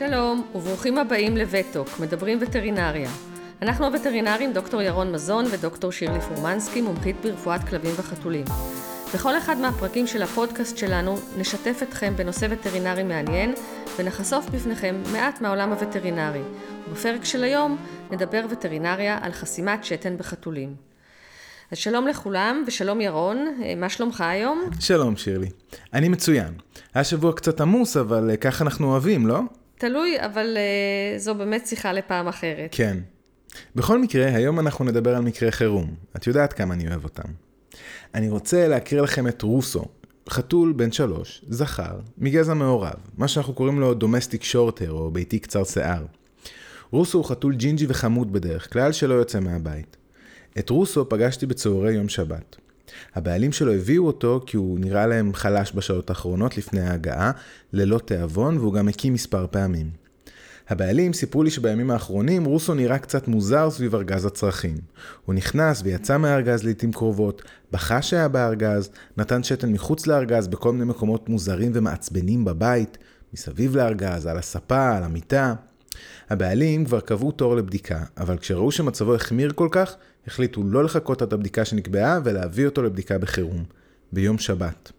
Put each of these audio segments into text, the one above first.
שלום וברוכים הבאים לווטוק, מדברים וטרינריה. אנחנו הווטרינרים דוקטור ירון מזון ודוקטור שירלי פורמנסקי, מומחית ברפואת כלבים וחתולים. בכל אחד מהפרקים של הפודקאסט שלנו נשתף אתכם בנושא וטרינרי מעניין ונחשוף בפניכם מעט מהעולם הווטרינרי. ובפרק של היום נדבר וטרינריה על חסימת שתן בחתולים. אז שלום לכולם ושלום ירון, מה שלומך היום? שלום שירלי, אני מצוין. היה שבוע קצת עמוס, אבל כך אנחנו אוהבים, לא? תלוי, אבל זו באמת שיחה לפעם אחרת. כן. בכל מקרה, היום אנחנו נדבר על מקרה חירום. את יודעת כמה אני אוהב אותם. אני רוצה להכיר לכם את רוסו, חתול בן 3, זכר, מגזע מעורב, מה שאנחנו קוראים לו דומסטיק שורטר או ביתי קצר שיער. רוסו הוא חתול ג'ינג'י וחמוד בדרך כלל שלא יוצא מהבית. את רוסו פגשתי בצהרי יום שבת. הבעלים שלו הביאו אותו כי הוא נראה להם חלש בשעות האחרונות לפני ההגעה, ללא תיאבון, והוא גם הקים מספר פעמים. הבעלים סיפרו לי שבימים האחרונים רוסו נראה קצת מוזר סביב ארגז הצרכים. הוא נכנס ויצא מהארגז לעתים קרובות, בכה שהיה בארגז, נתן שתן מחוץ לארגז בכל מיני מקומות מוזרים ומעצבנים בבית, מסביב לארגז, על הספה, על המיטה. הבעלים כבר קבעו תור לבדיקה, אבל כשראו שמצבו החמיר כל כך, החליטו לא לחכות את הבדיקה שנקבעה ולהביא אותו לבדיקה בחירום, ביום שבת.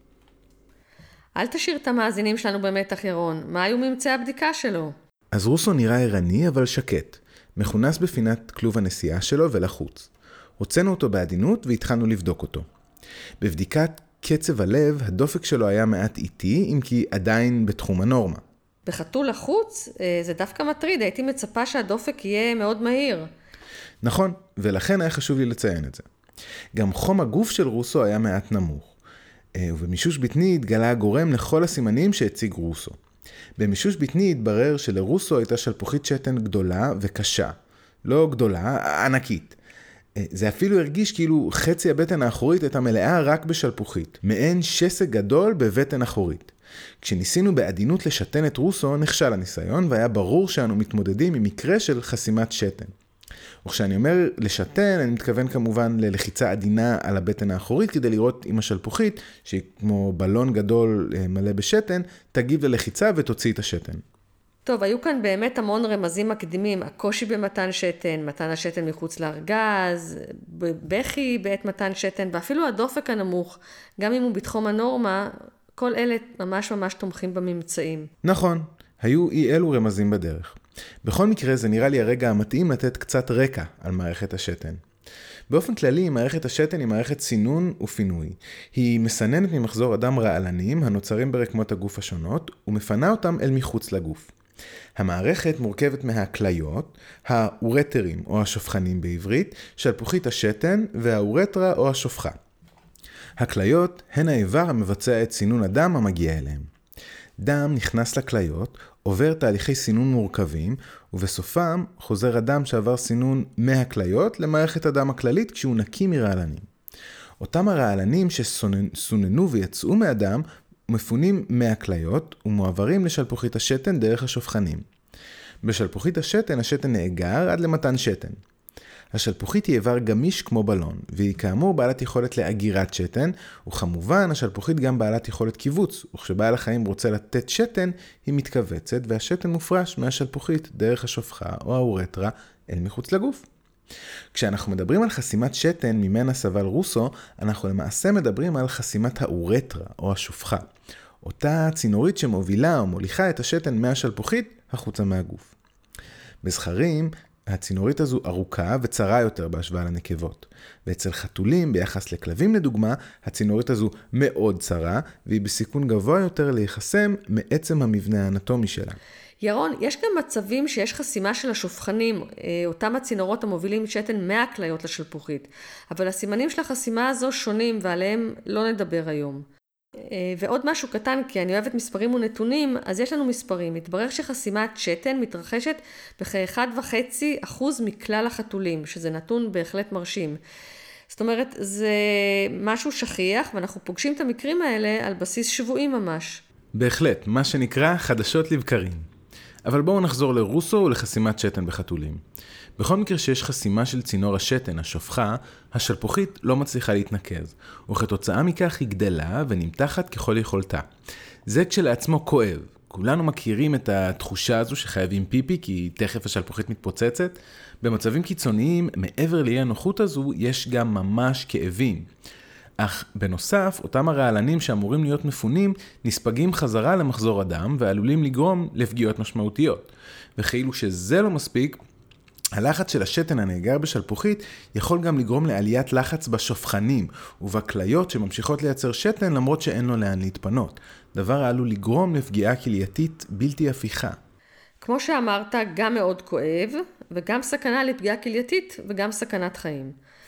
אל תשאיר את המאזינים שלנו במתח ירון, מה היו ממצאי הבדיקה שלו? אז רוסו נראה ערני אבל שקט, מכונס בפינת כלוב הנסיעה שלו ולחוץ. הוצאנו אותו בעדינות והתחלנו לבדוק אותו. בבדיקת קצב הלב, הדופק שלו היה מעט איטי, אם כי עדיין בתחום הנורמה. בחתול לחוץ זה דווקא מטריד, הייתי מצפה שהדופק יהיה מאוד מהיר. נכון, ולכן היה חשוב לי לציין את זה. גם חום הגוף של רוסו היה מעט נמוך. ובמישוש בטני התגלה הגורם לכל הסימנים שהציג רוסו. במישוש בטני התברר שלרוסו הייתה שלפוחית שתן גדולה וקשה. לא גדולה, ענקית. זה אפילו הרגיש כאילו חצי הבטן האחורית הייתה מלאה רק בשלפוחית. מעין שסק גדול בבטן אחורית. כשניסינו בעדינות לשתן את רוסו, נכשל הניסיון, והיה ברור שאנו מתמודדים עם מקרה של חסימת שתן. וכשאני אומר לשתן, אני מתכוון כמובן ללחיצה עדינה על הבטן האחורית, כדי לראות אם השלפוחית, שהיא כמו בלון גדול מלא בשתן, תגיב ללחיצה ותוציא את השתן. טוב, היו כאן באמת המון רמזים מקדימים, הקושי במתן שתן, מתן השתן מחוץ לארגז, בכי בעת מתן שתן, ואפילו הדופק הנמוך, גם אם הוא בתחום הנורמה, כל אלה ממש תומכים בממצאים. נכון, היו אי אלו רמזים בדרך. בכל מקרה זה נראה לי הרגע המתאים לתת קצת רקע על מערכת השתן. באופן כללי, מערכת השתן היא מערכת סינון ופינוי. היא מסננת ממחזור הדם רעלנים הנוצרים ברקמות הגוף השונות ומפנה אותם אל מחוץ לגוף. המערכת מורכבת מהכליות, האורטרים או השופחנים בעברית, שלפוחית השתן והאורטרה או השופחה. הכליות הן האיבר המבצע את סינון הדם המגיע אליהם. דם נכנס לכליות, עובר תהליכי סינון מורכבים, ובסופם חוזר הדם שעבר סינון מהכליות למערכת הדם הכללית כשהוא נקי מרעלנים. אותם הרעלנים שסוננו ויצאו מהדם מפונים מהכליות ומועברים לשלפוחית השתן דרך השופחנים. בשלפוחית השתן, השתן נאגר עד למתן שתן. השלפוחית היא איבר גמיש כמו בלון, והיא כאמור בעלת יכולת לאגירת שתן, וכמובן השלפוחית גם בעלת יכולת קיבוץ, וכשבעל החיים רוצה לתת שתן, היא מתכווצת, והשתן מופרש מהשלפוחית דרך השופחה או האורטרה אל מחוץ לגוף. כשאנחנו מדברים על חסימת שתן ממנה סבל רוסו, אנחנו למעשה מדברים על חסימת האורטרה או השופחה, אותה צינורית שמובילה או מוליכה את השתן מהשלפוחית החוצה מהגוף. בזכרים, הצינורית הזו ארוכה וצרה יותר בהשוואה לנקבות. ואצל חתולים, ביחס לכלבים לדוגמה, הצינורית הזו מאוד צרה, והיא בסיכון גבוה יותר להיחסם מעצם המבנה האנטומי שלה. ירון, יש גם מצבים שיש חסימה של השופחנים, אותם הצינורות המובילים שתן מהכליות לשלפוחית. אבל הסימנים של החסימה הזו שונים, ועליהם לא נדבר היום. ועוד משהו קטן, כי אני אוהבת מספרים ונתונים, אז יש לנו מספרים. מתברר שחסימת שתן מתרחשת בכ1.5% מכלל החתולים, שזה נתון בהחלט מרשים. זאת אומרת, זה משהו שכיח, ואנחנו פוגשים את המקרים האלה על בסיס שבועי ממש. בהחלט, מה שנקרא חדשות לבקרים. אבל בואו נחזור לרוסו ולחסימת שתן בחתולים. בכל מקרה שיש חסימה של צינור השתן, השופחה, השלפוחית לא מצליחה להתנקז, וכתוצאה מכך היא גדלה ונמתחת ככל יכולתה. זה כשלעצמו כואב, כולנו מכירים את התחושה הזו שחייבים פיפי, כי תכף השלפוחית מתפוצצת. במצבים קיצוניים, מעבר לאי הנוחות הזו, יש גם ממש כאבים. אך בנוסף, אותם הרעלנים שאמורים להיות מפונים, נספגים חזרה למחזור הדם, ועלולים לגרום לפגיעות משמעותיות. וכאילו שזה לא מספיק, הלחץ של השתן הנאגר בשלפוחית יכול גם לגרום לעליית לחץ בשופחנים ובכליות שממשיכות לייצר שתן למרות שאין לו לאן להתפנות. דבר העלול לגרום לפגיעה כלייתית בלתי הפיכה. כמו שאמרת, גם מאוד כואב, וגם סכנה לפגיעה כלייתית וגם סכנת חיים.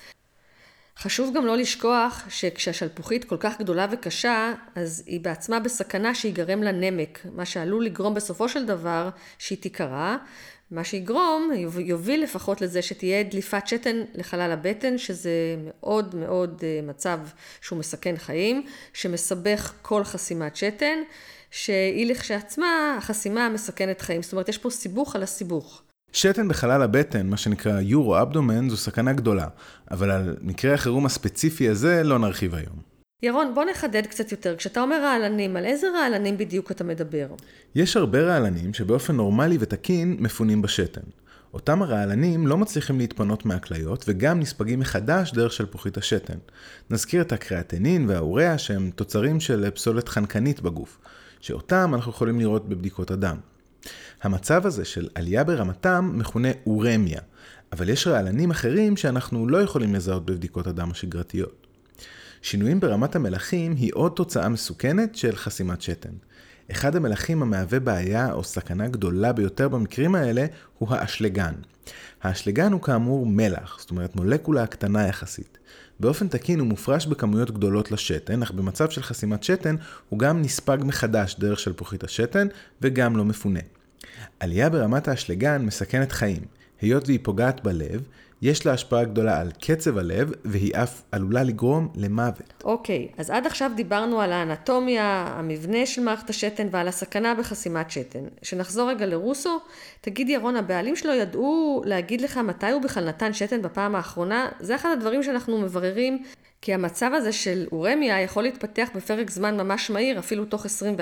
חשוב גם לא לשכוח שכשהשלפוחית כל כך גדולה וקשה, אז היא בעצמה בסכנה שיגרם לה נמק, מה שעלול לגרום בסופו של דבר שהיא תיקרע, מה שיגרום, יוביל לפחות לזה שתהיה דליפת שתן לחלל הבטן, שזה מאוד מאוד מצב שהוא מסכן חיים, שמסבך כל חסימת שתן, שהיא לכשעצמה החסימה מסכנת חיים. זאת אומרת, יש פה סיבוך על הסיבוך. שתן בחלל הבטן, מה שנקרא יורו-אבדומן, זו סכנה גדולה, אבל על מקרה החירום הספציפי הזה לא נרחיב היום. ירון, בוא נחדד קצת יותר. כשאתה אומר רעלנים, על איזה רעלנים בדיוק אתה מדבר? יש הרבה רעלנים שבאופן נורמלי ותקין מפונים בשתן. אותם הרעלנים לא מצליחים להתפנות מהכליות וגם נספגים מחדש דרך שלפוחית השתן. נזכיר את הקריאטינין והאוריה שהם תוצרים של פסולת חנקנית בגוף, שאותם אנחנו יכולים לראות בבדיקות הדם. המצב הזה של עלייה ברמתם מכונה אורמיה, אבל יש רעלנים אחרים שאנחנו לא יכולים לזהות בבדיקות הדם השגרתיות. שינויים ברמת המלחים היא עוד תוצאה מסוכנת של חסימת שתן. אחד המלחים המהווה בעיה או סכנה גדולה ביותר במקרים האלה הוא האשלגן. האשלגן הוא כאמור מלח, זאת אומרת מולקולה קטנה יחסית. באופן תקין הוא מופרש בכמויות גדולות לשתן, אך במצב של חסימת שתן הוא גם נספג מחדש דרך שלפוחית השתן וגם לא מפונה. עלייה ברמת האשלגן מסכנת חיים. היות והיא פוגעת בלב, יש לה השפעה גדולה על קצב הלב, והיא אף עלולה לגרום למוות. אוקיי, אז עד עכשיו דיברנו על האנטומיה, המבנה של מערכת השתן ועל הסכנה בחסימת שתן. שנחזור רגע לרוסו, תגיד ירון, הבעלים שלו ידעו להגיד לך מתי הוא בכלל נתן שתן בפעם האחרונה? זה אחד הדברים שאנחנו מבררים, כי המצב הזה של אורמיה יכול להתפתח בפרק זמן ממש מהיר, אפילו תוך 24-48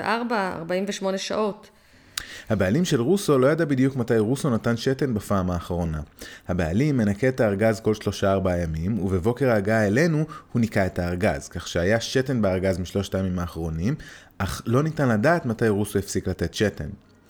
שעות. הבעלים של רוסו לא ידע בדיוק מתי רוסו נתן שתן בפעם האחרונה. הבעלים מנקה את הארגז כל 3-4 ימים, ובבוקר ההגעה אלינו הוא ניקה את הארגז, כך שהיה שתן בארגז משלושת הימים האחרונים, אך לא ניתן לדעת מתי רוסו הפסיק לתת שתן.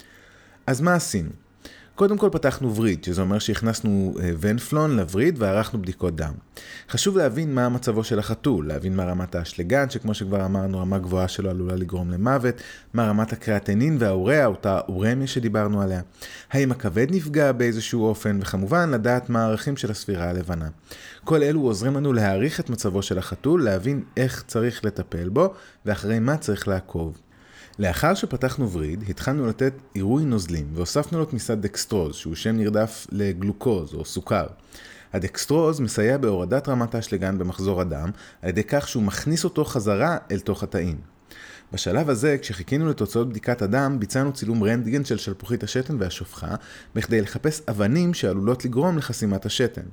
אז מה עשינו? קודם כל פתחנו וריד, שזה אומר שהכנסנו ונפלון לוריד וערכנו בדיקות דם. חשוב להבין מה מצבו של החתול, להבין מה רמת האשלגן, שכמו שכבר אמרנו, רמה גבוהה שלו עלולה לגרום למוות, מה רמת הקריאטינין והאוריה, אותה אורמיה שדיברנו עליה. האם הכבד נפגע באיזשהו אופן, וכמובן לדעת מה הערכים של הספירה הלבנה. כל אלו עוזרים לנו להעריך את מצבו של החתול, להבין איך צריך לטפל בו, ואחרי מה צריך לעקוב. לאחר שפתחנו וריד, התחלנו לתת עירוי נוזלים, והוספנו לו תמיסת דקסטרוז, שהוא שם נרדף לגלוקוז או סוכר. הדקסטרוז מסייע בהורדת רמת האשלגן במחזור הדם, על ידי כך שהוא מכניס אותו חזרה אל תוך התאים. בשלב הזה, כשחיכינו לתוצאות בדיקת הדם, ביצענו צילום רנטגן של שלפוחית השתן והשופחה, בכדי לחפש אבנים שעלולות לגרום לחסימת השתן.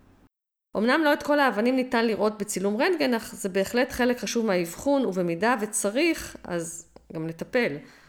אמנם לא את כל האבנים ניתן לראות בצילום רנטגן, אך זה בהחלט חלק חשוב מהאבחון, ובמידה וצריך, אז גם לטפל.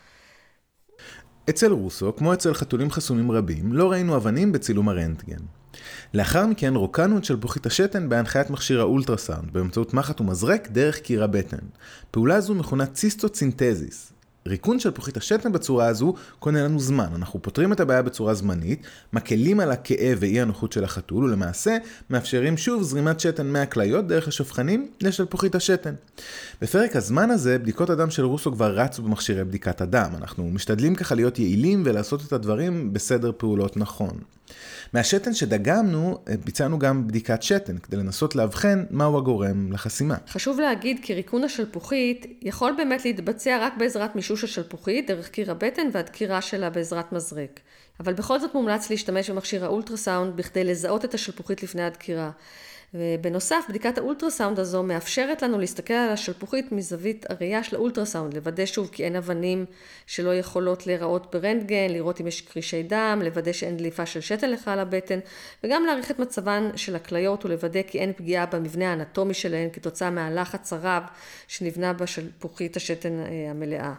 אצל רוסו, כמו אצל חתולים חסונים רבים, לא ראינו אבנים בצילום הרנטגן. לאחר מכן רוקנו את שלפוחית השתן בהנחיית מכשיר האולטרסאונד, באמצעות מחט ומזרק דרך קיר הבטן. פעולה זו מכונה ציסטוצינתזיס. ריקון שלפוחית השתן בצורה הזו קונה לנו זמן. אנחנו פותרים את הבעיה בצורה זמנית, מקלים על הכאב ואי הנוחות של החתול, ולמעשה מאפשרים שוב זרימת שתן מהכליות דרך השופחנים לשלפוחית השתן. בפרק הזמן הזה, בדיקות הדם של רוסו כבר רצו במכשירי בדיקת הדם. אנחנו משתדלים ככה להיות יעילים ולעשות את הדברים בסדר פעולות נכון. מהשתן שדגמנו, ביצענו גם בדיקת שתן, כדי לנסות להבחן מהו הגורם לחסימה. חשוב להגיד כי ריקון השלפוחית יכול באמת להתבצע רק בעזרת מישוש השלפוחית, דרך קיר הבטן והדקירה שלה בעזרת מזרק. אבל בכל זאת מומלץ להשתמש במכשיר האולטרסאונד בכדי לזהות את השלפוחית לפני הדקירה. ובנוסף, בדיקת האולטרסאונד הזו מאפשרת לנו להסתכל על השלפוחית מזווית הראייה של האולטרסאונד, לוודא שוב כי אין אבנים שלא יכולות להיראות ברנטגן, לראות אם יש קרישי דם, לוודא שאין דליפה של שתן לחלל הבטן, וגם להעריך את מצבן של הכליות ולוודא כי אין פגיעה במבנה האנטומי שלהן כתוצאה מהלחץ הרב שנבנה בשלפוחית השתן המלאה.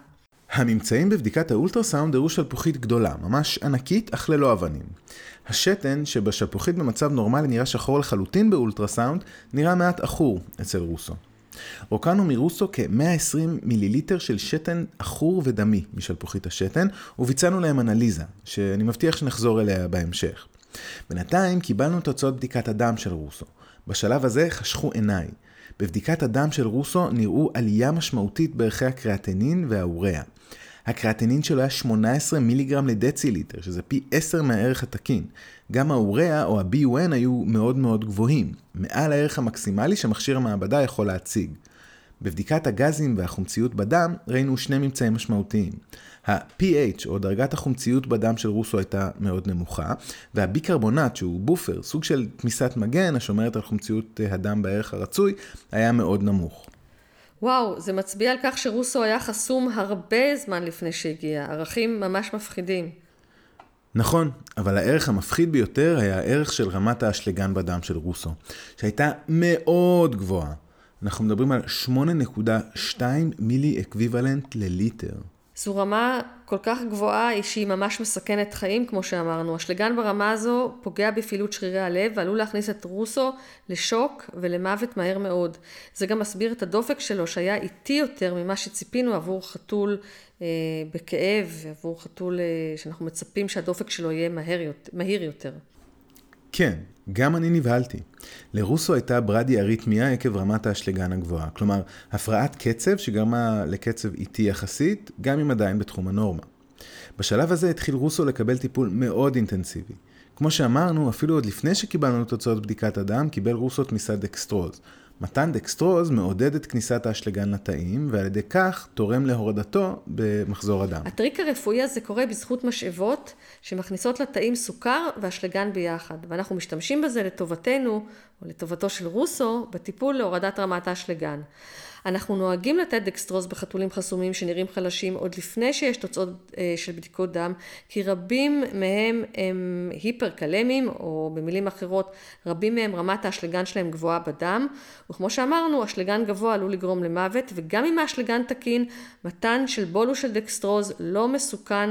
הממצאים בבדיקת האולטרסאונד הראו שלפוחית גדולה, ממש ענקית, אך ללא אבנים. השתן שבשלפוחית במצב נורמלי נראה שחור לחלוטין באולטרסאונד, נראה מעט עכור אצל רוסו. רוקנו מרוסו כ-120 מיליליטר של שתן עכור ודמי משלפוחית השתן, וביצענו להם אנליזה, שאני מבטיח שנחזור אליה בהמשך. בינתיים קיבלנו תוצאות בדיקת הדם של רוסו. בשלב הזה חשכו עיניי. בבדיקת הדם של רוסו נראו עלייה משמעותית בערכי הקריאטינין והאוריה. הקריאטינין שלו היה 18 מיליגרם לדציליטר, שזה פי 10 מהערך התקין. גם האוריה או ה-BUN היו מאוד מאוד גבוהים, מעל הערך המקסימלי שמכשיר המעבדה יכול להציג. בבדיקת הגזים והחומציות בדם ראינו שני ממצאים משמעותיים. ה-pH או דרגת החומציות בדם של רוסו הייתה מאוד נמוכה, והביקרבונט שהוא בופר, סוג של תמיסת מגן השומרת על חומציות הדם בערך הרצוי, היה מאוד נמוך. וואו, זה מצביע על כך שרוסו היה חסום הרבה זמן לפני שהגיע, ערכים ממש מפחידים. נכון, אבל הערך המפחיד ביותר היה הערך של רמת האשלגן בדם של רוסו, שהייתה מאוד גבוהה. אנחנו מדברים על 8.2 מילי אקוויוולנט לליטר. זו רמה כל כך גבוהה שהיא ממש מסכנת חיים, כמו שאמרנו. אשלגן ברמה הזו פוגע בפעילות שרירי הלב ועלול להכניס את רוסו לשוק ולמוות מהר מאוד. זה גם מסביר את הדופק שלו שהיה איטי יותר ממה שציפינו עבור חתול בכאב, עבור חתול שאנחנו מצפים שהדופק שלו יהיה מהיר יותר. כן, גם אני נבהלתי. לרוסו הייתה ברדי אריתמיה עקב רמת האשלגן הגבוהה, כלומר, הפרעת קצב שגרמה לקצב איטי יחסית, גם אם עדיין בתחום הנורמה. בשלב הזה התחיל רוסו לקבל טיפול מאוד אינטנסיבי. כמו שאמרנו, אפילו עוד לפני שקיבלנו תוצאות בדיקת הדם, קיבל רוסו תמיסת דקסטרוז. מתן דקסטרוז מעודד את כניסת האשלגן לתאים, ועל ידי כך תורם להורדתו במחזור הדם. הטריק הרפואי הזה קורה בזכות משאבות שמכניסות לתאים סוכר ואשלגן ביחד, ואנחנו משתמשים בזה לטובתנו, או לטובתו של רוסו, בטיפול להורדת רמת האשלגן. אנחנו נוהגים לתת דקסטרוז בחתולים חסומים שנראים חלשים עוד לפני שיש תוצאות של בדיקות דם, כי רבים מהם הם היפרקלמים, או במילים אחרות, רבים מהם רמת האשלגן שלהם גבוהה בדם, וכמו שאמרנו, אשלגן גבוה עלול לגרום למוות, וגם אם האשלגן תקין, מתן של בולוס של דקסטרוז לא מסוכן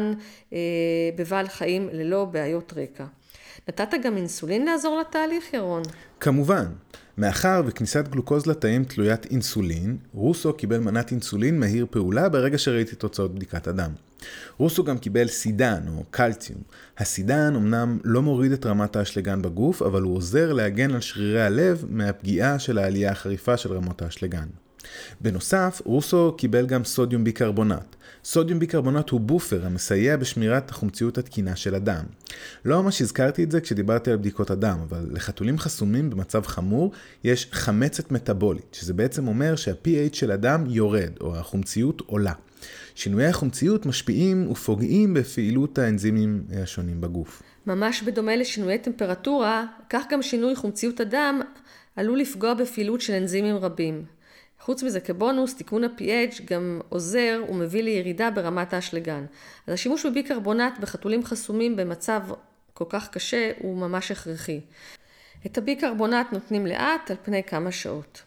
בבעל חיים ללא בעיות רקע. נתת גם אינסולין לעזור לתהליך, ירון? כמובן. מאחר וכניסת גלוקוז לתאים תלוית אינסולין, רוסו קיבל מנת אינסולין מהיר פעולה ברגע שראיתי תוצאות בדיקת הדם. רוסו גם קיבל סידן או קלציום. הסידן אמנם לא מוריד את רמת האשלגן בגוף, אבל הוא עוזר להגן על שרירי הלב מהפגיעה של העלייה החריפה של רמות האשלגן. בנוסף, רוסו קיבל גם סודיום ביקרבונט. סודיום ביקרבונט הוא בופר המסייע בשמירת החומציות התקינה של הדם. לא ממש הזכרתי את זה כשדיברתי על בדיקות הדם, אבל לחתולים חסומים במצב חמור יש חמצת מטאבולית, שזה בעצם אומר שה-pH של הדם יורד, או החומציות עולה. שינויי החומציות משפיעים ופוגעים בפעילות האנזימים השונים בגוף. ממש בדומה לשינויי טמפרטורה, כך גם שינוי חומציות הדם עלול לפגוע בפעילות של אנזימים רבים. חוץ מזה, כבונוס, תיקון ה-pH גם עוזר ומביא לירידה ברמת האשלגן. אז השימוש בביקרבונט בחתולים חסומים במצב כל כך קשה הוא ממש הכרחי. את הביקרבונט נותנים לאט על פני כמה שעות.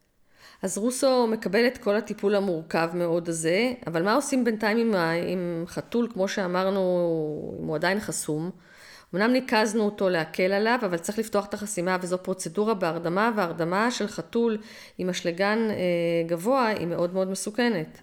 אז רוסו מקבל את כל הטיפול המורכב מאוד הזה, אבל מה עושים בינתיים עם חתול, כמו שאמרנו, אם הוא עדיין חסום? אמנם ניקזנו אותו להקל עליו, אבל צריך לפתוח את החסימה, וזו פרוצדורה בהרדמה, והרדמה של חתול עם אשלגן גבוה היא מאוד מאוד מסוכנת.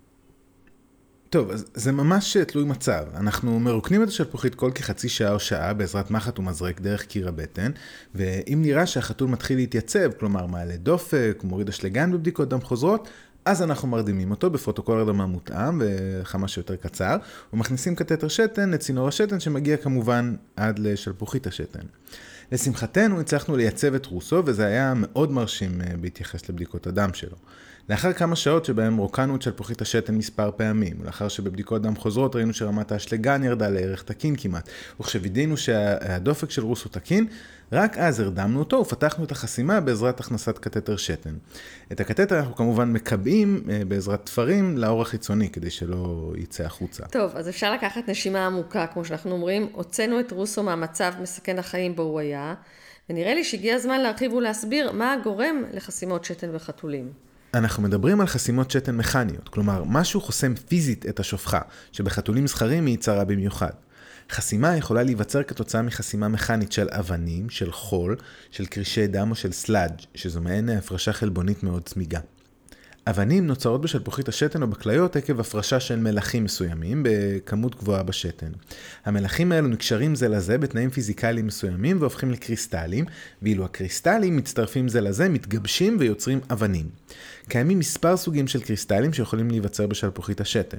טוב, אז זה ממש תלוי מצב. אנחנו מרוקנים את השלפוחית כל כחצי שעה או שעה בעזרת מחט ומזרק דרך קיר הבטן, ואם נראה שהחתול מתחיל להתייצב, כלומר מעלה דופק, מוריד אשלגן בבדיקות דם חוזרות, אז אנחנו מרדימים אותו בפרוטוקול הרדמה מותאם וכמה שיותר קצר, ומכניסים קטטר שתן לצינור השתן שמגיע כמובן עד לשלפוחית השתן. לשמחתנו הצלחנו לייצב את רוסו, וזה היה מאוד מרשים בהתייחס לבדיקות הדם שלו. לאחר כמה שעות שבהם רוקנו את שלפוחית השתן מספר פעמים, ולאחר שבבדיקות דם חוזרות ראינו שרמת האשלגן ירדה לערך תקין כמעט, וכשווידינו שהדופק של רוסו תקין, רק אז הרדמנו אותו ופתחנו את החסימה בעזרת הכנסת קטטר שתן. את הקטטר אנחנו כמובן מקבעים בעזרת תפרים לאור החיצוני, כדי שלא יצא החוצה. טוב, אז אפשר לקחת נשימה עמוקה, כמו שאנחנו אומרים, הוצאנו את רוסו מהמצב מסכן החיים בו הוא היה, ונראה לי שהגיע הזמן להרחיב ולהסביר מה הגורם לחסימות שתן וחתולים. אנחנו מדברים על חסימות שתן מכניות, כלומר משהו חוסם פיזית את השופחה, שבחתולים מסחרים היא צרה במיוחד. חסימה יכולה להיווצר כתוצאה מחסימה מכנית של אבנים, של חול, של קרישי דם או של סלאג', שזו מעין הפרשה חלבונית מאוד צמיגה. אבנים נוצרות בשלפוחית השתן או בכליות עקב הפרשה של מלחים מסוימים בכמות גבוהה בשתן. המלחים האלו נקשרים זה לזה בתנאים פיזיקליים מסוימים והופכים לקריסטלים, ואילו הקריסטלים מצטרפים זה לזה, מתגבשים ויוצרים אבנים. קיימים מספר סוגים של קריסטלים שיכולים להיווצר בשלפוחית השתן.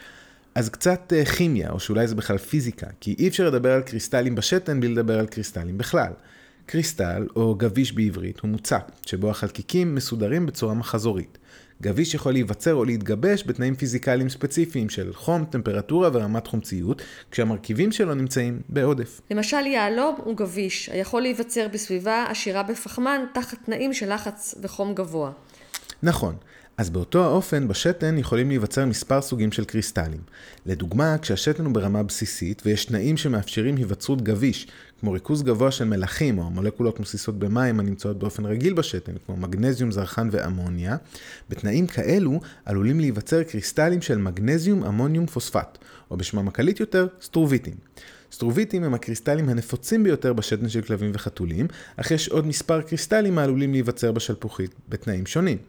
אז קצת כימיה, או שאולי זה בכלל פיזיקה, כי אי אפשר לדבר על קריסטלים בשתן בלי לדבר על קריסטלים בכלל. קריסטל, או גביש בעברית, הוא מוצק, שבו החלקיקים מסודרים בצורה מחזורית. גביש יכול להיווצר או להתגבש בתנאים פיזיקליים ספציפיים של חום, טמפרטורה ורמת חומציות, כשהמרכיבים שלו נמצאים בעודף. למשל יהלום הוא גביש, היכול להיווצר בסביבה עשירה בפחמן תחת תנאים של לחץ וחום גבוה. נכון. אז באותו האופן בשתן יכולים להיווצר מספר סוגים של קריסטלים. לדוגמה, כשהשתן הוא ברמה בסיסית ויש תנאים שמאפשרים היווצרות גביש, כמו ריכוז גבוה של מלחים או מולקולות מוסיסות במים הנמצאות באופן רגיל בשתן, כמו מגנזיום, זרחן ואמוניה, בתנאים כאלו עלולים להיווצר קריסטלים של מגנזיום, אמוניום, פוספט, או בשמם הקליט יותר, סטרוביטים. סטרוביטים הם הקריסטלים הנפוצים ביותר בשתן של כלבים וחתולים, אך יש עוד מספר קריסטלים העלולים להיווצר בשלפוחית בתנאים שונים.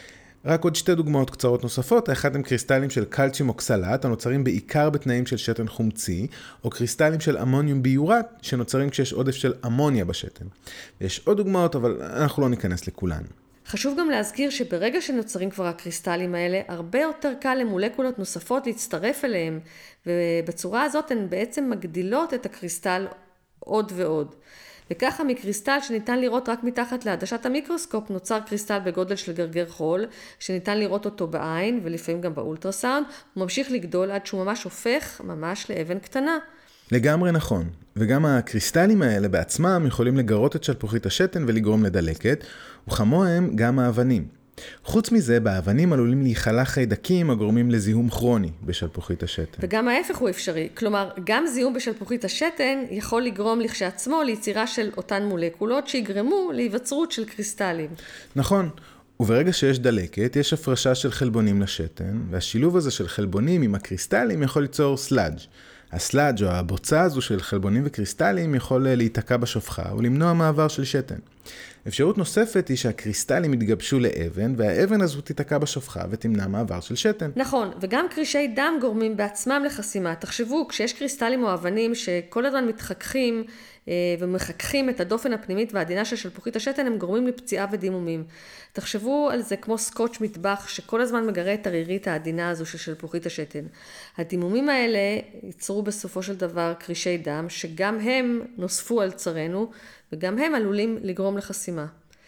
רק עוד שתי דוגמאות קצרות נוספות, האחד הם קריסטלים של קלציום אוקסלט, הנוצרים בעיקר בתנאים של שתן חומצי, או קריסטלים של אמוניום ביורט, שנוצרים כשיש עודף של אמוניה בשתן. ויש עוד דוגמאות, אבל אנחנו לא ניכנס לכולן. חשוב גם להזכיר שברגע שנוצרים כבר הקריסטלים האלה, הרבה יותר קל למולקולות נוספות להצטרף אליהם, ובצורה הזאת הן בעצם מגדילות את הקריסטל עוד ועוד. וככה מקריסטל שניתן לראות רק מתחת לעדשת המיקרוסקופ נוצר קריסטל בגודל של גרגר חול, שניתן לראות אותו בעין ולפעמים גם באולטרסאונד, הוא ממשיך לגדול עד שהוא ממש הופך לאבן קטנה. לגמרי נכון, וגם הקריסטלים האלה בעצמם יכולים לגרות את שלפוחית השתן ולגרום לדלקת, וכמוהם גם האבנים. חוץ מזה, באבנים עלולים להיחלח חיידקים הגורמים לזיהום כרוני בשלפוחית השתן. וגם ההפך הוא אפשרי. כלומר, גם זיהום בשלפוחית השתן יכול לגרום לכשעצמו ליצירה של אותן מולקולות שיגרמו להיווצרות של קריסטלים. נכון. וברגע שיש דלקת, יש הפרשה של חלבונים לשתן, והשילוב הזה של חלבונים עם הקריסטלים יכול ליצור סלאג'. הסלאג' או הבוצה הזו של חלבונים וקריסטלים יכול להיתקע בשופחה ולמנוע מעבר של שתן. אפשרות נוספת היא שהקריסטלים יתגבשו לאבן, והאבן הזו תיתקע בשופחה ותמנע מעבר של שתן. נכון, וגם קרישי דם גורמים בעצמם לחסימה. תחשבו, כשיש קריסטלים או אבנים שכל הזמן מתחככים ומחככים את הדופן הפנימית והעדינה של שלפוחית השתן, הם גורמים לפציעה ודימומים. תחשבו על זה כמו סקוץ' מטבח שכל הזמן מגרה את הרירית העדינה הזו של שלפוחית השתן. הדימומים האלה ייצרו בסופו של דבר קרישי דם, שגם הם נוספו על צרינו, וגם הם עלולים לגרום לחסימה.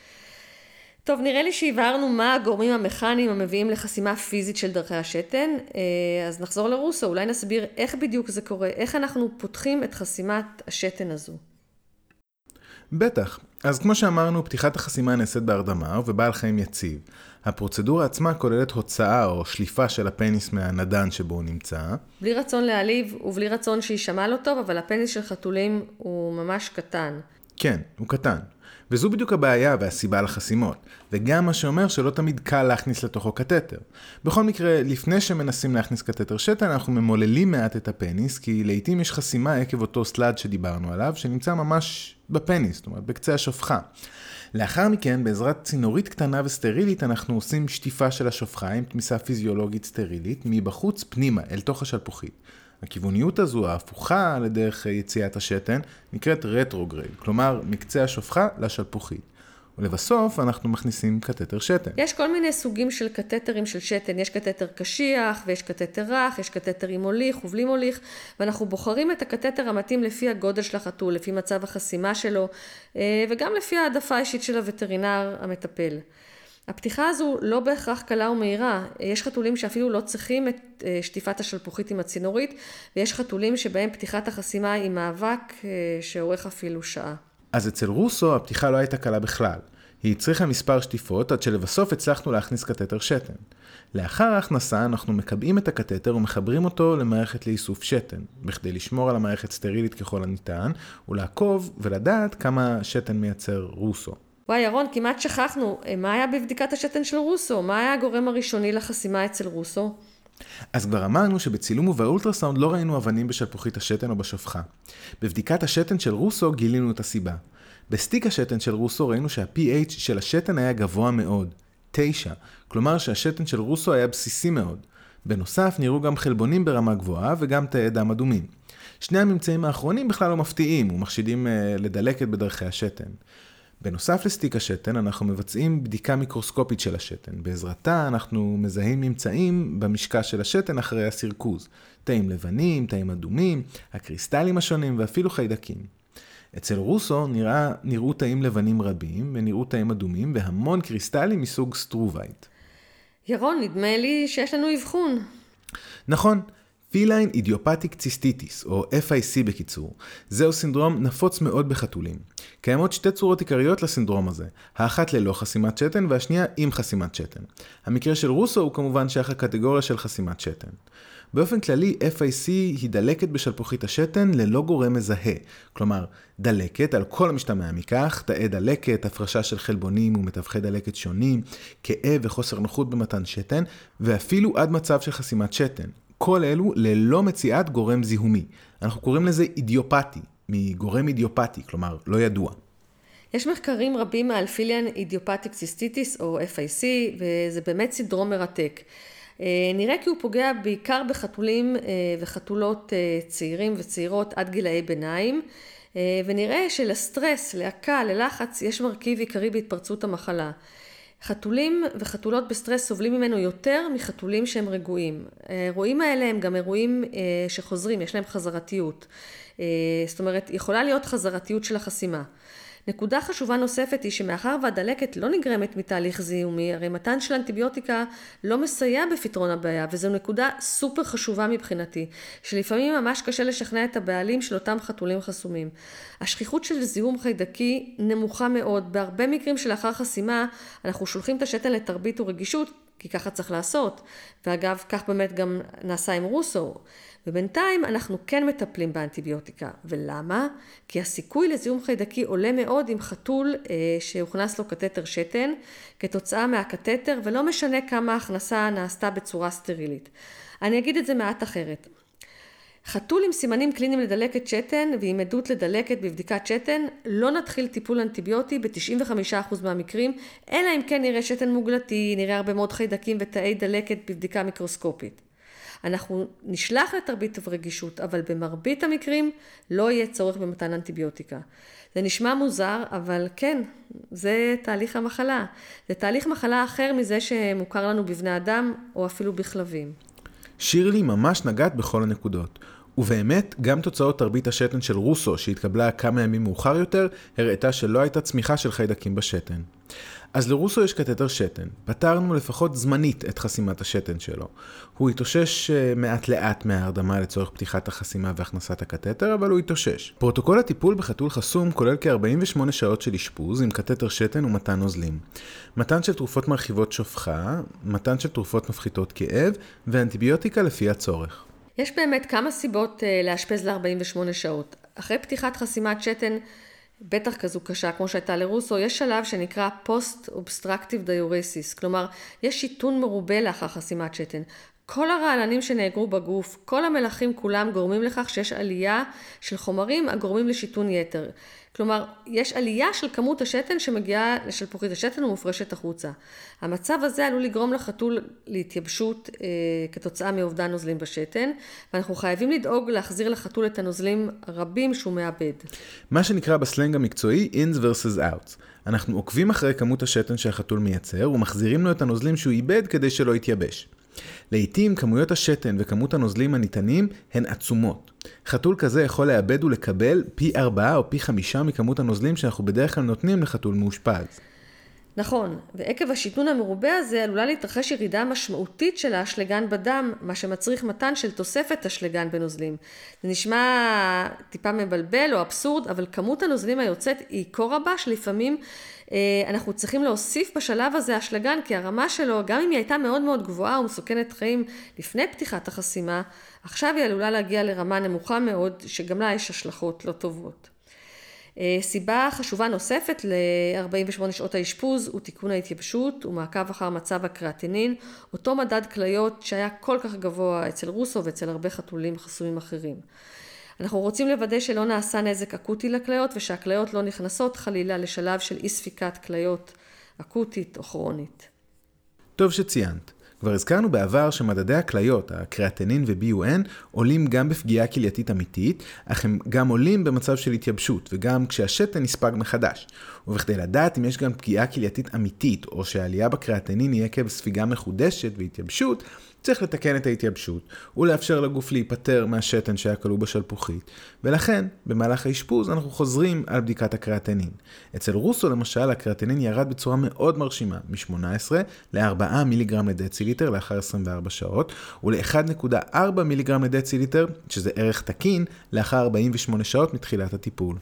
טוב, נראה לי שהבהרנו מה הגורמים המכניים המביאים לחסימה פיזית של דרכי השתן, אז נחזור לרוסו, אולי נסביר איך בדיוק זה קורה, איך אנחנו פותחים את חסימת השתן הזו. בטח. אז כמו שאמרנו, פתיחת החסימה נעשית בהרדמה ובעל חיים יציב. הפרוצדורה עצמה כוללת הוצאה או שליפה של הפניס מהנדן שבו הוא נמצא. בלי רצון להעליב ובלי רצון שישמע לו טוב, אבל הפניס של חתולים הוא ממש קטן. כן, הוא קטן. וזו בדיוק הבעיה והסיבה לחסימות, וגם מה שאומר שלא תמיד קל להכניס לתוכו קטטר. בכל מקרה, לפני שמנסים להכניס קטטר שתן, אנחנו ממוללים מעט את הפניס, כי לעתים יש חסימה עקב אותו סלאד שדיברנו עליו, שנמצא ממש בפניס, זאת אומרת, בקצה השופחה. לאחר מכן, בעזרת צינורית קטנה וסטרילית, אנחנו עושים שטיפה של השופחה עם תמיסה פיזיולוגית סטרילית, מבחוץ פנימה, אל תוך השלפוחית. הכיווניות הזו, ההפוכה לדרך יציאת השתן, נקראת רטרוגרייד, כלומר מקצה השופחה לשלפוחית. ולבסוף אנחנו מכניסים קטטר שתן. יש כל מיני סוגים של קטטרים של שתן, יש קטטר קשיח ויש קטטר רך, יש קטטר עם מוליך ובלי מוליך, ואנחנו בוחרים את הקטטר המתאים לפי הגודל של החתול, לפי מצב החסימה שלו, וגם לפי העדפה האישית של הווטרינר המטפל. הפתיחה הזו לא בהכרח קלה ומהירה, יש חתולים שאפילו לא צריכים את שטיפת השלפוחית עם הצינורית, ויש חתולים שבהם פתיחת החסימה היא מאבק שאורך אפילו שעה. אז אצל רוסו הפתיחה לא הייתה קלה בכלל. היא הצריכה מספר שטיפות עד שלבסוף הצלחנו להכניס קטטר שתן. לאחר ההכנסה אנחנו מקבעים את הקטטר ומחברים אותו למערכת לאיסוף שתן, בכדי לשמור על המערכת סטרילית ככל הניתן, ולעקוב ולדעת כמה שתן מייצר רוסו. וואי ירון, כמעט שכחנו, מה היה בבדיקת השתן של רוסו? מה היה הגורם הראשוני לחסימה אצל רוסו? אז כבר אמרנו שבצילום ובאולטרסאונד לא ראינו אבנים בשלפוחית השתן או בשופחה. בבדיקת השתן של רוסו גילינו את הסיבה. בסטיק השתן של רוסו ראינו שה-pH של השתן היה גבוה מאוד, 9, כלומר שהשתן של רוסו היה בסיסי מאוד. בנוסף נראו גם חלבונים ברמה גבוהה וגם תאי דם אדומים. שני הממצאים האחרונים בכלל לא מפתיעים ומחשידים לדלקת בדרכי השתן. בנוסף לסטיק השתן, אנחנו מבצעים בדיקה מיקרוסקופית של השתן. בעזרתה אנחנו מזהים ממצאים במשקע של השתן אחרי הסירקוז. תאים לבנים, תאים אדומים, הקריסטלים השונים ואפילו חיידקים. אצל רוסו נראו תאים לבנים רבים ונראו תאים אדומים והמון קריסטלים מסוג סטרובייט. ירון, נדמה לי שיש לנו אבחון. נכון. פיליין אידיופתיק ציסטיטיס, או FIC בקיצור. זהו סינדרום נפוץ מאוד בחתולים. קיימות שתי צורות עיקריות לסינדרום הזה, האחת ללא חסימת שתן והשנייה עם חסימת שתן. המקרה של רוסו הוא כמובן שייך לקטגוריה של חסימת שתן. באופן כללי, FIC היא דלקת בשלפוחית השתן ללא גורם מזהה, כלומר, דלקת על כל המשתמע מכך, תאי דלקת, הפרשה של חלבונים ומתווכי דלקת שונים, כאב וחוסר נוחות במתן שתן, ואפילו עד מצב של חסימת שתן. כל אלו ללא מציאת גורם זיהומי. אנחנו קוראים לזה אידיופתי, מגורם אידיופתי, כלומר לא ידוע. יש מחקרים רבים על פיליין אידיופתיק ציסטיטיס או FIC, וזה באמת סינדרום מרתק. נראה כי הוא פוגע בעיקר בחתולים וחתולות צעירים וצעירות עד גילאי ביניים, ונראה שלסטרס, להקה, ללחץ, יש מרכיב עיקרי בהתפרצות המחלה. חתולים וחתולות בסטרס סובלים ממנו יותר מחתולים שהם רגועים. האירועים האלה הם גם אירועים שחוזרים, יש להם חזרתיות. זאת אומרת, יכולה להיות חזרתיות של החסימה. נקודה חשובה נוספת היא שמאחר והדלקת לא נגרמת מתהליך זיהומי, הרי מתן של אנטיביוטיקה לא מסייע בפתרון הבעיה, וזו נקודה סופר חשובה מבחינתי, שלפעמים ממש קשה לשכנע את הבעלים של אותם חתולים חסומים. השכיחות של זיהום חיידקי נמוכה מאוד, בהרבה מקרים שלאחר חסימה אנחנו שולחים את השתן לתרבית ורגישות, כי ככה צריך לעשות, ואגב כך באמת גם נעשה עם רוסו. ובינתיים אנחנו כן מטפלים באנטיביוטיקה. ולמה? כי הסיכוי לזיהום חיידקי עולה מאוד עם חתול שהוכנס לו קטטר שתן, כתוצאה מהקטטר, ולא משנה כמה ההכנסה נעשתה בצורה סטרילית. אני אגיד את זה מעט אחרת. חתול עם סימנים קליניים לדלקת שתן ועם עדות לדלקת בבדיקת שתן, לא נתחיל טיפול אנטיביוטי ב-95% מהמקרים, אלא אם כן נראה שתן מוגלתי, נראה הרבה מאוד חיידקים ותאי דלקת בבדיקה מיקרוסקופית. אנחנו נשלח לתרבית ורגישות, אבל במרבית המקרים לא יהיה צורך במתן אנטיביוטיקה. זה נשמע מוזר, אבל כן, זה תהליך המחלה. זה תהליך מחלה אחר מזה שמוכר לנו בבני אדם או אפילו בכלבים. שירלי ממש נגעת בכל הנקודות. ובאמת, גם תוצאות תרבית השתן של רוסו, שהתקבלה כמה ימים מאוחר יותר, הראתה שלא הייתה צמיחה של חיידקים בשתן. אז לרוסו יש קטטר שתן. פתרנו לפחות זמנית את חסימת השתן שלו. הוא התאושש מעט לאט מההרדמה לצורך פתיחת החסימה והכנסת הקטטר, אבל הוא התאושש. פרוטוקול הטיפול בחתול חסום כולל כ-48 שעות של אשפוז עם קטטר שתן ומתן נוזלים. מתן של תרופות מרחיבות שופחה, מתן של תרופות מפחיתות כאב ואנטיביוטיקה לפי הצורך. יש באמת כמה סיבות לאשפז ל-48 שעות. אחרי פתיחת חסימת שתן, בטח כזו קשה כמו שהייתה לרוסו, יש שלב שנקרא Post-Obstructive Diuresis, כלומר יש שיתון מרובה לאחר חסימת שתן. כל הרעלנים שנאגרו בגוף, כל המלחים כולם גורמים לכך שיש עלייה של חומרים הגורמים לשיתון יתר. כלומר, יש עלייה של כמות השתן שמגיעה לשלפוחית השתן ומופרשת החוצה. המצב הזה עלול לגרום לחתול להתייבשות כתוצאה מאובדן נוזלים בשתן, ואנחנו חייבים לדאוג להחזיר לחתול את הנוזלים הרבים שהוא מאבד. מה שנקרא בסלנג המקצועי ins versus outs. אנחנו עוקבים אחרי כמות השתן שהחתול מייצר ומחזירים לו את הנוזלים שהוא איבד כדי שלא יתייבש. לעתים כמויות השתן וכמות הנוזלים הניתנים הן עצומות. חתול כזה יכול לאבד ולקבל פי 4 או פי 5 מכמות הנוזלים שאנחנו בדרך כלל נותנים לחתול מאושפז. נכון, ועקב השיתון המרובה הזה עלולה להתרחש ירידה משמעותית של האשלגן בדם, מה שמצריך מתן של תוספת אשלגן בנוזלים. זה נשמע טיפה מבלבל או אבסורד, אבל כמות הנוזלים היוצאת היא כה רבה שלפעמים אנחנו צריכים להוסיף בשלב הזה אשלגן, כי הרמה שלו, גם אם היא הייתה מאוד מאוד גבוהה ומסוכנת חיים לפני פתיחת החסימה, עכשיו היא עלולה להגיע לרמה נמוכה מאוד, שגם לה יש השלכות לא טובות. סיבה חשובה נוספת ל-48 שעות האשפוז הוא תיקון ההתייבשות ומעקב אחר מצב הקריאטינין, אותו מדד כליות שהיה כל כך גבוה אצל רוסו ואצל הרבה חתולים חסויים אחרים. אנחנו רוצים לוודא שלא נעשה נזק אקוטי לכליות ושהכליות לא נכנסות חלילה לשלב של אי ספיקת כליות אקוטית או כרונית. טוב שציינת. כבר הזכרנו בעבר שמדדי הכליות, הקריאטינין ו-BUN, עולים גם בפגיעה כלייתית אמיתית, אך הם גם עולים במצב של התייבשות, וגם כשהשתן נספג מחדש. ובכדי לדעת אם יש גם פגיעה כלייתית אמיתית, או שהעלייה בקריאטינין היא עקב ספיגה מחודשת והתייבשות, צריך לתקן את ההתייבשות, ולאפשר לגוף להיפטר מהשתן שהיה כלוא בשלפוחית. ולכן, במהלך האשפוז אנחנו חוזרים על בדיקת הקריאטינין. אצל רוסו למשל, הקריאטינין ירד בצורה מאוד מרשימה, מ-18 ל-4 מיליגרם לדציליטר לאחר 24 שעות, ול-1.4 מיליגרם לדציליטר, שזה ערך תקין, לאחר 48 שעות מתחילת הטיפול.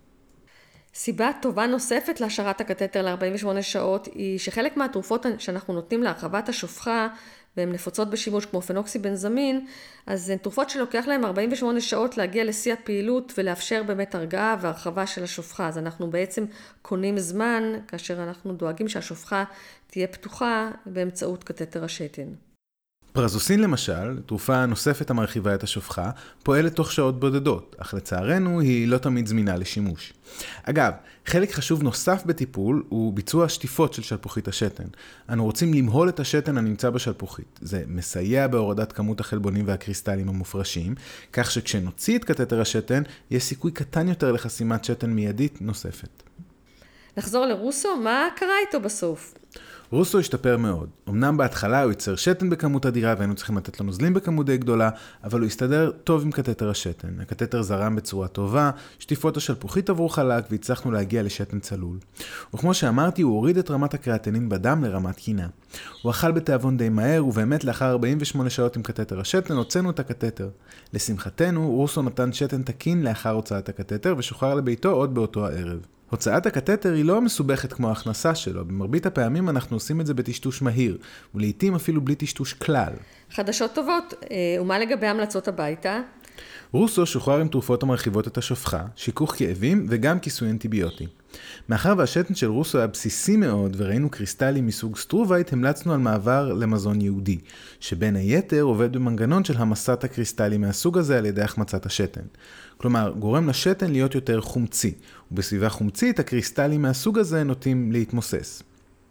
סיבה טובה נוספת להשארת הקתטר ל-48 שעות היא שחלק מהתרופות שאנחנו נותנים להרחבת השופחה והן נפוצות בשימוש כמו פנוקסיבנזמין, אז הן תרופות שלוקח להן 48 שעות להגיע לשיא הפעילות ולאפשר באמת הרגעה והרחבה של השופחה. אז אנחנו בעצם קונים זמן כאשר אנחנו דואגים שהשופחה תהיה פתוחה באמצעות קתטר השתן. פרזוסין למשל, תרופה נוספת המרחיבה את השופחה, פועלת תוך שעות בודדות, אך לצערנו היא לא תמיד זמינה לשימוש. אגב, חלק חשוב נוסף בטיפול הוא ביצוע שטיפות של שלפוחית השתן. אנו רוצים למהול את השתן הנמצא בשלפוחית. זה מסייע בהורדת כמות החלבונים והקריסטלים המופרשים, כך שכשנוציא את קתטר השתן, יש סיכוי קטן יותר לחסימת שתן מיידית נוספת. נחזור לרוסו, מה קרה איתו בסוף? רוסו השתפר מאוד. אמנם בהתחלה הוא ייצר שתן בכמות אדירה והיינו צריכים לתת לו נוזלים בכמות די גדולה, אבל הוא הסתדר טוב עם קתטר השתן. הקתטר זרם בצורה טובה, שטיפות השלפוחית עברו חלק והצלחנו להגיע לשתן צלול. וכמו שאמרתי, הוא הוריד את רמת הקריאטינין בדם לרמת קינה. הוא אכל בתיאבון די מהר ובאמת לאחר 48 שעות עם קתטר השתן הוצאנו את הקתטר. לשמחתנו, רוסו נתן שתן תקין לאחר הוצאת הקתטר ושוחרר לביתו עוד באותו הערב. הוצאת הקתטר היא לא מסובכת כמו ההכנסה שלו, במרבית הפעמים אנחנו עושים את זה בטשטוש מהיר, ולעיתים אפילו בלי טשטוש כלל. חדשות טובות, ומה לגבי המלצות הביתה? רוסו שוחרר עם תרופות המרחיבות את השופחה, שיכוך כאבים וגם כיסוי אנטיביוטי. מאחר והשתן של רוסו היה בסיסי מאוד וראינו קריסטלים מסוג סטרובייט, המלצנו על מעבר למזון יהודי, שבין היתר עובד במנגנון של המסת הקריסטלים מהסוג הזה על ידי החמצת השתן. כלומר, גורם לשתן להיות יותר חומצי, ובסביבה חומצית הקריסטלים מהסוג הזה נוטים להתמוסס.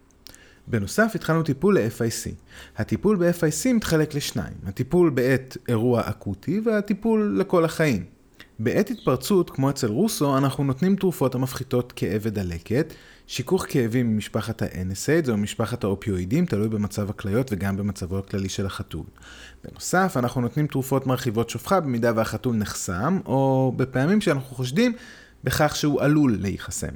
בנוסף, התחלנו טיפול ל-FIC. הטיפול ב-FIC מתחלק לשניים, הטיפול בעת אירוע אקוטי והטיפול לכל החיים. בעת התפרצות, כמו אצל רוסו, אנחנו נותנים תרופות המפחיתות כאב ודלקת, שיכוך כאבים ממשפחת ה-NSAIDs או ממשפחת האופיואידים, תלוי במצב הכליות וגם במצבו הכללי של החתול. בנוסף, אנחנו נותנים תרופות מרחיבות שופחה במידה והחתול נחסם, או בפעמים שאנחנו חושדים בכך שהוא עלול להיחסם.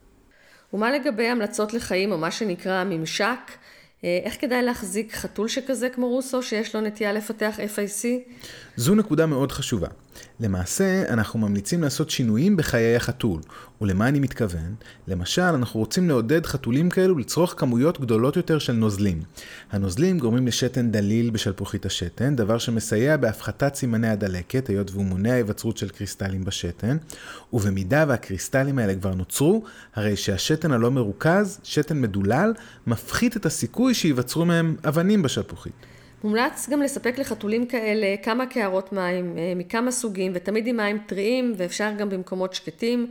ומה לגבי המלצות לחיים או מה שנקרא ממשק? איך כדאי להחזיק חתול שכזה כמו רוסו שיש לו נטייה לפתח FIC? זו נקודה מאוד חשובה. למעשה, אנחנו ממליצים לעשות שינויים בחיי החתול. ולמה אני מתכוון? למשל, אנחנו רוצים לעודד חתולים כאלו לצרוך כמויות גדולות יותר של נוזלים. הנוזלים גורמים לשתן דליל בשלפוחית השתן, דבר שמסייע בהפחתת סימני הדלקת, היות והוא מונע היווצרות של קריסטלים בשתן, ובמידה והקריסטלים האלה כבר נוצרו, הרי שהשתן הלא מרוכז, שתן מדולל, מפחית את הסיכוי שיווצרו מהם אבנים בשלפוחית. מומלץ גם לספק לחתולים כאלה כמה קערות מים מכמה סוגים ותמיד עם מים טריים ואפשר גם במקומות שקטים.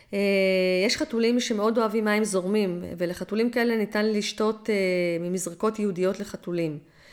יש חתולים שמאוד אוהבים מים זורמים ולחתולים כאלה ניתן לשתות ממזרקות ייעודיות לחתולים.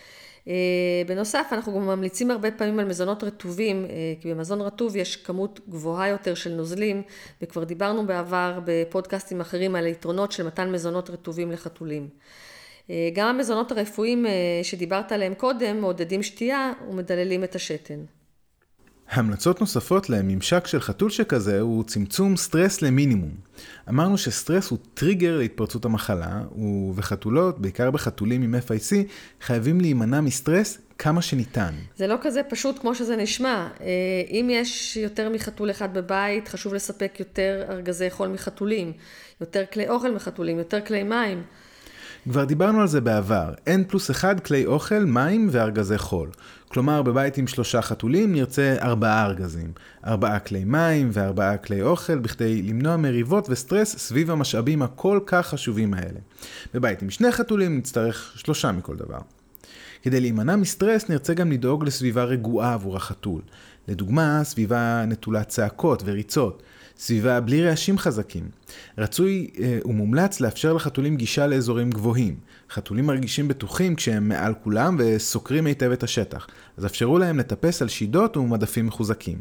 בנוסף אנחנו גם ממליצים הרבה פעמים על מזונות רטובים, כי במזון רטוב יש כמות גבוהה יותר של נוזלים וכבר דיברנו בעבר בפודקאסטים אחרים על היתרונות של מתן מזונות רטובים לחתולים. גם המזונות הרפואיים שדיברת עליהם קודם מעודדים שתייה ומדללים את השתן. המלצות נוספות לממשק של חתול שכזה הוא צמצום סטרס למינימום. אמרנו שסטרס הוא טריגר להתפרצות המחלה, ובחתולות, בעיקר בחתולים עם FIC, חייבים להימנע מסטרס כמה שניתן. זה לא כזה פשוט כמו שזה נשמע. אם יש יותר מחתול אחד בבית, חשוב לספק יותר ארגזי חול מחתולים, יותר כלי אוכל מחתולים, יותר כלי מים. כבר דיברנו על זה בעבר, N+1 כלי אוכל, מים וארגזי חול. כלומר, בבית עם 3 חתולים נרצה 4 ארגזים, 4 כלי מים ו4 כלי אוכל, בכדי למנוע מריבות וסטרס סביב המשאבים הכל כך חשובים האלה. בבית עם 2 חתולים נצטרך 3 מכל דבר. כדי להימנע מסטרס נרצה גם לדאוג לסביבה רגועה עבור החתול. לדוגמה, סביבה נטולת צעקות וריצות. סביבה בלי רעשים חזקים. רצוי ומומלץ לאפשר לחתולים גישה לאזורים גבוהים. חתולים מרגישים בטוחים כשהם מעל כולם וסוקרים היטב את השטח. אז אפשרו להם לטפס על שידות ומדפים מחוזקים.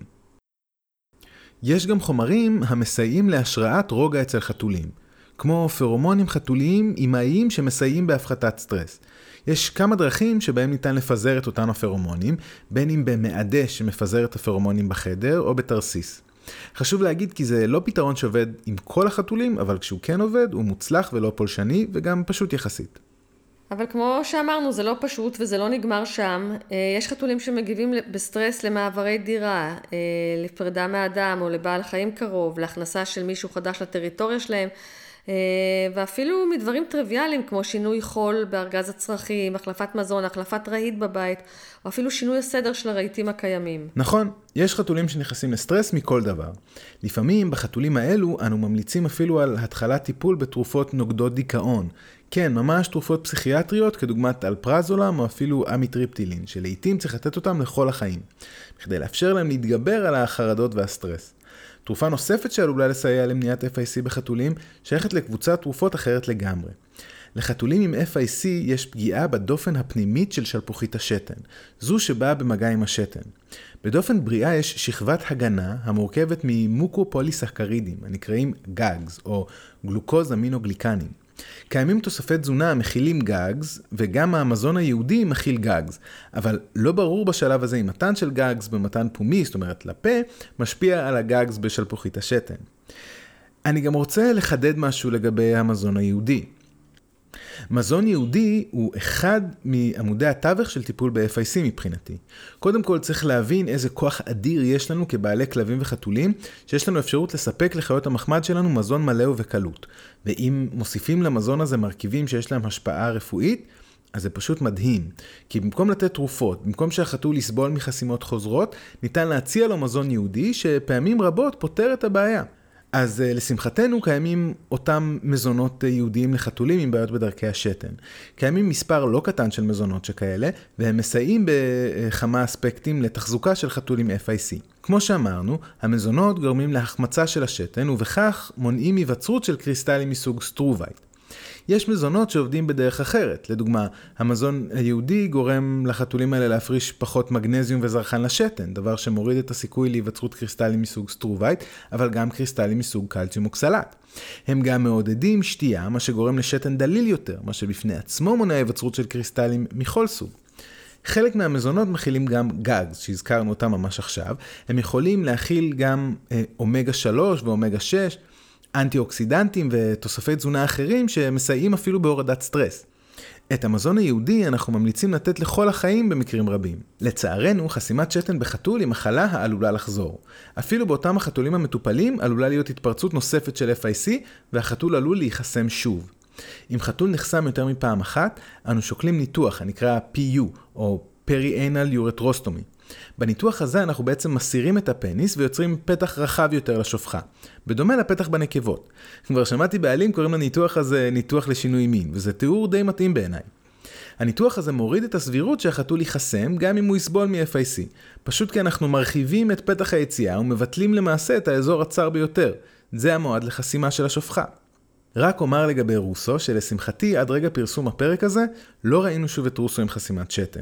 יש גם חומרים המסייעים להשראת רוגע אצל חתולים. כמו פרומונים חתוליים אימהיים שמסייעים בהפחתת סטרס. יש כמה דרכים שבהם ניתן לפזר את אותם הפרומונים, בין אם במעדש שמפזר את הפרומונים בחדר או בתרסיס. חשוב להגיד כי זה לא פתרון שעובד עם כל החתולים, אבל כשהוא כן עובד הוא מוצלח ולא פולשני וגם פשוט יחסית. אבל כמו שאמרנו, זה לא פשוט וזה לא נגמר שם. יש חתולים שמגיבים בסטרס למעברי דירה, לפרידה מאדם או לבעל חיים קרוב, להכנסה של מישהו חדש לטריטוריה שלהם, ואפילו מדברים טריוויאליים כמו שינוי חול בארגז הצרכים, החלפת מזון, החלפת רהיט בבית, או אפילו שינוי הסדר של הרהיטים הקיימים. נכון, יש חתולים שנכנסים לסטרס מכל דבר. לפעמים בחתולים האלו אנו ממליצים אפילו על התחלת טיפול בתרופות נוגדות דיכאון. כן, ממש תרופות פסיכיאטריות כדוגמת אלפרזולם או אפילו אמיטריפטילין, שלעיתים צריך לתת אותם לכל החיים, כדי לאפשר להם להתגבר על החרדות והסטרס. תרופה נוספת שעלולה לסייע למניעת FIC בחתולים שייכת לקבוצת תרופות אחרת לגמרי. לחתולים עם FIC יש פגיעה בדופן הפנימית של שלפוחית השתן, זו שבאה במגע עם השתן. בדופן בריאה יש שכבת הגנה המורכבת ממוקופוליסקרידים, הנקראים גאגס או גלוקוז אמינוגליקנים. קיימים תוספי תזונה המכילים גאגס, וגם המזון היהודי מכיל גאגס, אבל לא ברור בשלב הזה אם מתן של גאגס במתן פומי, זאת אומרת לפה, משפיע על הגאגס בשלפוחית השתן. אני גם רוצה לחדד משהו לגבי המזון היהודי. מזון יהודי הוא אחד מעמודי התווך של טיפול ב-FIC מבחינתי. קודם כל צריך להבין איזה כוח אדיר יש לנו כבעלי כלבים וחתולים, שיש לנו אפשרות לספק לחיות המחמד שלנו מזון מלא ובקלות. ואם מוסיפים למזון הזה מרכיבים שיש להם השפעה רפואית, אז זה פשוט מדהים. כי במקום לתת תרופות, במקום שהחתול יסבול מחסימות חוזרות, ניתן להציע לו מזון יהודי שפעמים רבות פותר את הבעיה. אז לשמחתנו קיימים אותם מזונות יהודיים לחתולים עם בעיות בדרכי השתן. קיימים מספר לא קטן של מזונות שכאלה, והם מסייעים בכמה אספקטים לתחזוקה של חתולים FIC. כמו שאמרנו, המזונות גורמים להחמצה של השתן, ובכך מונעים היווצרות של קריסטלים מסוג סטרובייט. יש מזונות שעובדים בדרך אחרת. לדוגמה, המזון היהודי גורם לחתולים האלה להפריש פחות מגנזיום וזרחן לשתן, דבר שמוריד את הסיכוי להיווצרות קריסטלים מסוג סטרובייט, אבל גם קריסטלים מסוג קלציום אוקסלט. הם גם מעודדים שתייה, מה שגורם לשתן דליל יותר, מה שבפני עצמו מונע היווצרות של קריסטלים מכל סוג. חלק מהמזונות מכילים גם גאגס, שהזכרנו אותם ממש עכשיו. הם יכולים להכיל גם אומגה 3 ואומגה 6, אנטי-אוקסידנטים ותוספי תזונה אחרים שמסייעים אפילו בהורדת סטרס. את המזון היהודי אנחנו ממליצים לתת לכל החיים במקרים רבים. לצערנו, חסימת שתן בחתול היא מחלה העלולה לחזור. אפילו באותם החתולים המטופלים עלולה להיות התפרצות נוספת של FIC, והחתול עלול להיחסם שוב. אם חתול נחסם יותר מפעם אחת, אנו שוקלים ניתוח הנקרא PU, או Perianal Uretrostomy. בניתוח הזה אנחנו בעצם מסירים את הפניס ויוצרים פתח רחב יותר לשופחה, בדומה לפתח בנקבות. כבר שמעתי בעלים קוראים לניתוח הזה ניתוח לשינוי מין, וזה תיאור די מתאים בעיניי. הניתוח הזה מוריד את הסבירות שהחתול ייחסם גם אם הוא יסבול מ-FIC, פשוט כי אנחנו מרחיבים את פתח היציאה ומבטלים למעשה את האזור הצר ביותר. זה המועד לחסימה של השופחה. רק אומר לגבי רוסו שלשמחתי עד רגע פרסום הפרק הזה לא ראינו שוב את רוסו עם חסימת שתן.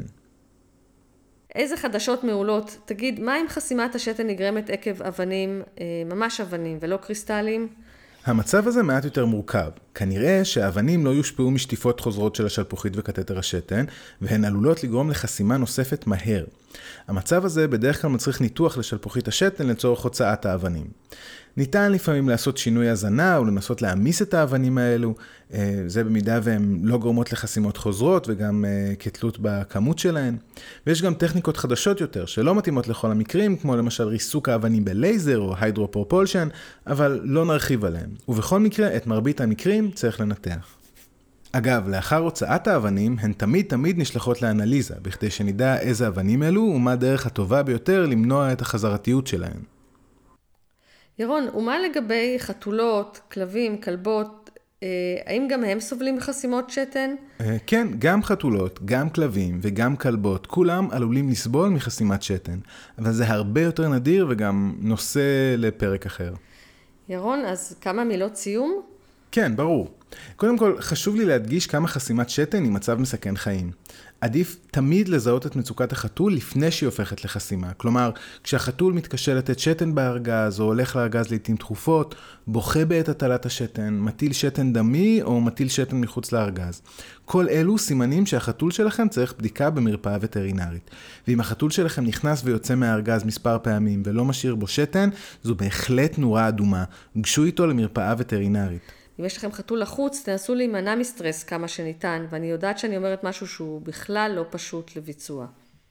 איזה חדשות מעולות. תגיד, מה אם חסימת השתן נגרמת עקב אבנים, ממש אבנים ולא קריסטלים? המצב הזה מעט יותר מורכב. כנראה שהאבנים לא יושפעו משטיפות חוזרות של השלפוחית וקטטר השתן, והן עלולות לגרום לחסימה נוספת מהר. המצב הזה בדרך כלל מצריך ניתוח לשלפוחית השתן לצורך הוצאת האבנים. ניתן לפעמים לעשות שינוי הזנה או לנסות להמיס את האבנים האלו, זה במידה והן לא גורמות לחסימות חוזרות וגם כתלות בכמות שלהן. ויש גם טכניקות חדשות יותר שלא מתאימות לכל המקרים, כמו למשל ריסוק האבנים בלייזר או היידרופרופולשן, אבל לא נרחיב עליהם. ובכל מקרה, את מרבית המקרים צריך לנתח. אגב, לאחר הוצאת האבנים, הן תמיד נשלחות לאנליזה, בכדי שנדע איזה אבנים אלו ומה הדרך הטובה ביותר למנוע את החזרתיות שלהן. ירון, ומה לגבי חתולות, כלבים, כלבות, האם גם הם סובלים מחסימות שתן? כן, גם חתולות, גם כלבים וגם כלבות, כולם עלולים לסבול מחסימת שתן, אבל זה הרבה יותר נדיר וגם נושא לפרק אחר. ירון, אז כמה מילות סיום? כן, ברור. קודם כל, חשוב לי להדגיש כמה חסימת שתן היא מצב מסכן חיים. עדיף תמיד לזהות את מצוקת החתול לפני שהיא הופכת לחסימה. כלומר, כשהחתול מתקשה לתת שתן בארגז, או הולך לארגז לעתים תכופות, בוכה בעת הטלת השתן, מטיל שתן דמי או מטיל שתן מחוץ לארגז. כל אלו סימנים שהחתול שלכם צריך בדיקה במרפאה וטרינרית. ואם החתול שלכם נכנס ויוצא מהארגז מספר פעמים ולא משאיר בו שתן, זו בהחלט נורה אדומה. גשו איתו למרפאה וטרינרית. אם יש לכם חתול לחוץ, תנסו להימנע מסטרס כמה שניתן, ואני יודעת שאני אומרת משהו שהוא בכלל לא פשוט לביצוע.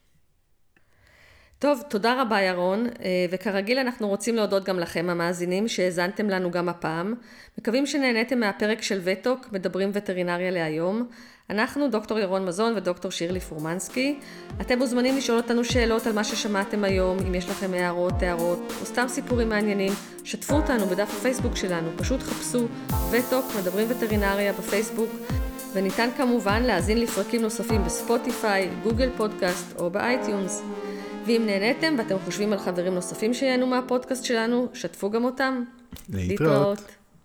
טוב, תודה רבה ירון, וכרגיל אנחנו רוצים להודות גם לכם המאזינים שהאזנתם לנו גם הפעם. מקווים שנהניתם מהפרק של וטוק, מדברים וטרינריה להיום. אנחנו דוקטור ירון מזון ודוקטור שירלי פורמנסקי. אתם מוזמנים לשאול אותנו שאלות על מה ששמעתם היום, אם יש לכם הערות, או סתם סיפורים מעניינים, שתפו אותנו בדף הפייסבוק שלנו, פשוט חפשו וטוק, מדברים וטרינריה בפייסבוק, וניתן כמובן להאזין לפרקים נוספים בספוטיפיי, גוגל פודקאסט או באייטיונס. ואם נהניתם ואתם חושבים על חברים נוספים שיהנו מהפודקאסט שלנו, שתפו גם אותם. להתראות.